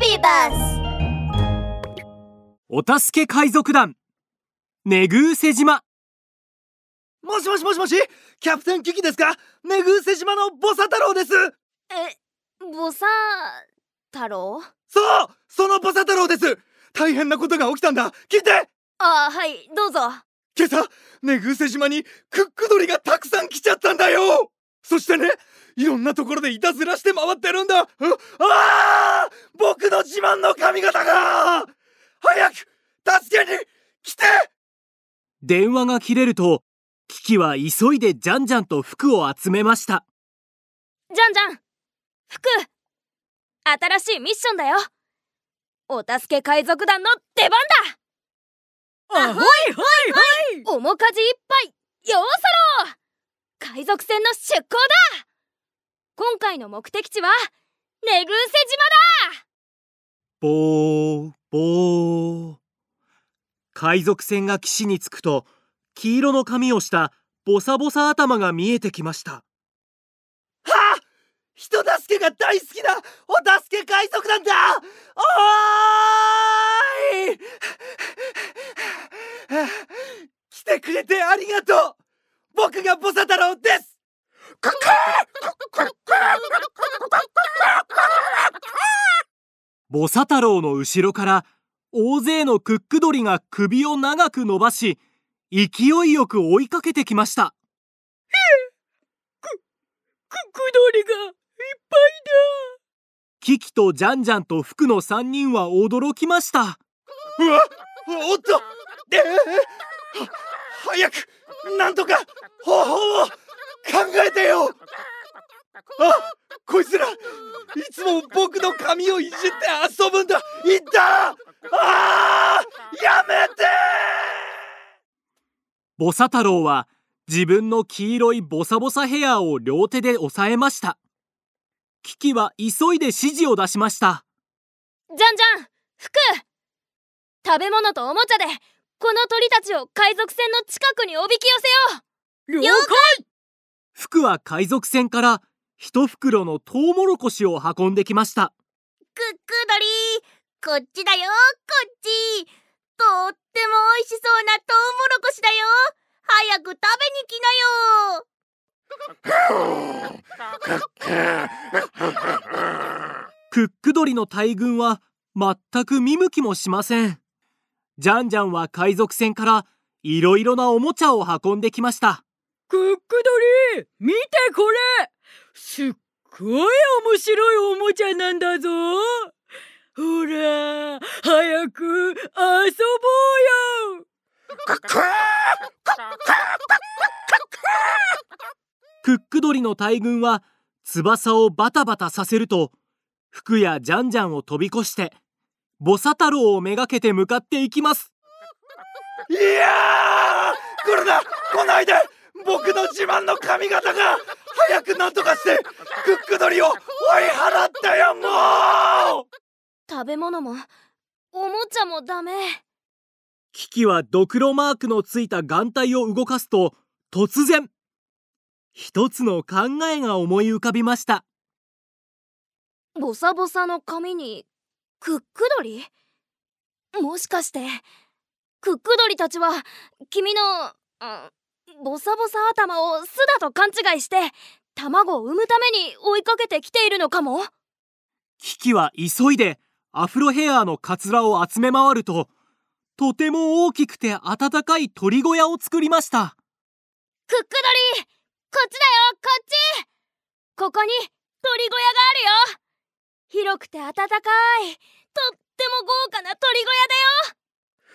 ビバスお助け海賊団ネグーセ島。 もしもしもしもし、キャプテンキキですか？ネグーセ島のボサ太郎です。 ボサ太郎？ そう、そのボサ太郎です。大変なことが起きたんだ。聞いて。 はい、どうぞ。 今朝ネグーセ島にクックドリがたくさん来ちゃったんだよ。そしてね、いろんなところでいたずらして回ってるんだ。僕の自慢の髪型が。早く助けに来て。 電話が切れるとキキは急いでジャンジャンと服を集めました。 ジャンジャン、服、新しいミッションだよ。お助け海賊団の出番だ。 はいはいはい。 面かじいっぱいようそろ。海賊船の出港だ。今回の目的地はネグーセ島だ。 ボーボー。海賊船が岸に着くと黄色の髪をしたボサボサ頭が見えてきました。 人助けが大好きなお助け海賊団だ。おーい来てくれてありがとう。僕がボサ太郎です。 ボサ太郎の後ろから大勢のクックドリが首を長く伸ばし勢いよく追いかけてきました。 クックドリがいっぱいだ。 キキとジャンジャンとフクの3人は驚きました。 うわ、おっと、早くなんとか方法を考えてよ。こいつらいつも僕の髪をいじって遊ぶんだ。いった。やめて。 ボサ太郎は自分の黄色いボサボサヘアを両手で押さえました。キキは急いで指示を出しました。 ジャンジャン、フク、食べ物とおもちゃでこの鳥たちを海賊船の近くにおびき寄せよう。 了解。 フクは海賊船から一袋のトウモロコシを運んできました。 クックドリー、こっちだよ、こっち。とっても美味しそうなトウモロコシだよ。早く食べに来なよ。 クックドリの大群は全く見向きもしません。ジャンジャンは海賊船からいろいろなおもちゃを運んできました。 クックドリー、見てこれ。すっごい面白いおもちゃなんだぞ。ほら、早く遊ぼうよ。 クックドリの大群は翼をバタバタさせるとフクやジャンジャンを飛び越してボサ太郎をめがけて向かっていきます。 いやー、来るな、来ないで。僕の自慢の髪型が。早くなんとかしてクックドリを追い払ったよ。もう食べ物もおもちゃもダメ。 キキはドクロマークのついた眼帯を動かすと突然一つの考えが思い浮かびました。 ボサボサの髪にクックドリ？もしかしてクックドリたちは君のボサボサ頭を巣だと勘違いして卵を産むために追いかけてきているのかも。 キキは急いでアフロヘアのカツラを集め回るととても大きくて暖かい鳥小屋を作りました。 クックドリー、こっちだよ、こっち。ここに鳥小屋があるよ。広くて暖かい、とっても豪華な鳥小屋だよ。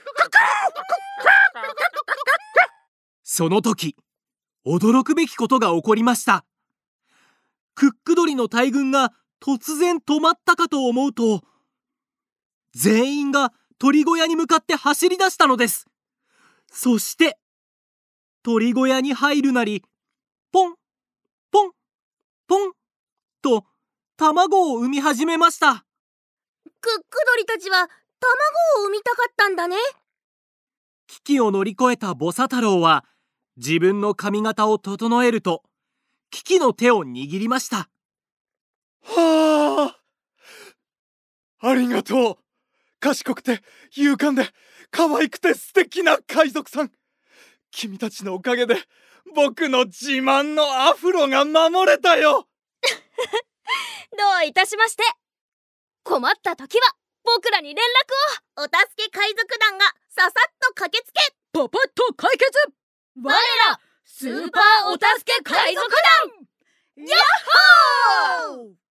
その時驚くべきことが起こりました。クックドリの大群が突然止まったかと思うと全員が鳥小屋に向かって走り出したのです。そして鳥小屋に入るなりポンポンポンと卵を産み始めました。 クックドリたちは卵を産みたかったんだね。 危機を乗り越えたボサ太郎は自分の髪型を整えるとキキの手を握りました。 ありがとう。賢くて勇敢で可愛くて素敵な海賊さん。君たちのおかげで僕の自慢のアフロが守れたよ。 どういたしまして。困った時は僕らに連絡を。お助け海賊団がささっと駆けつけ、 パパッと解決。 我らスーパーお助け海賊団。 ヤッホー！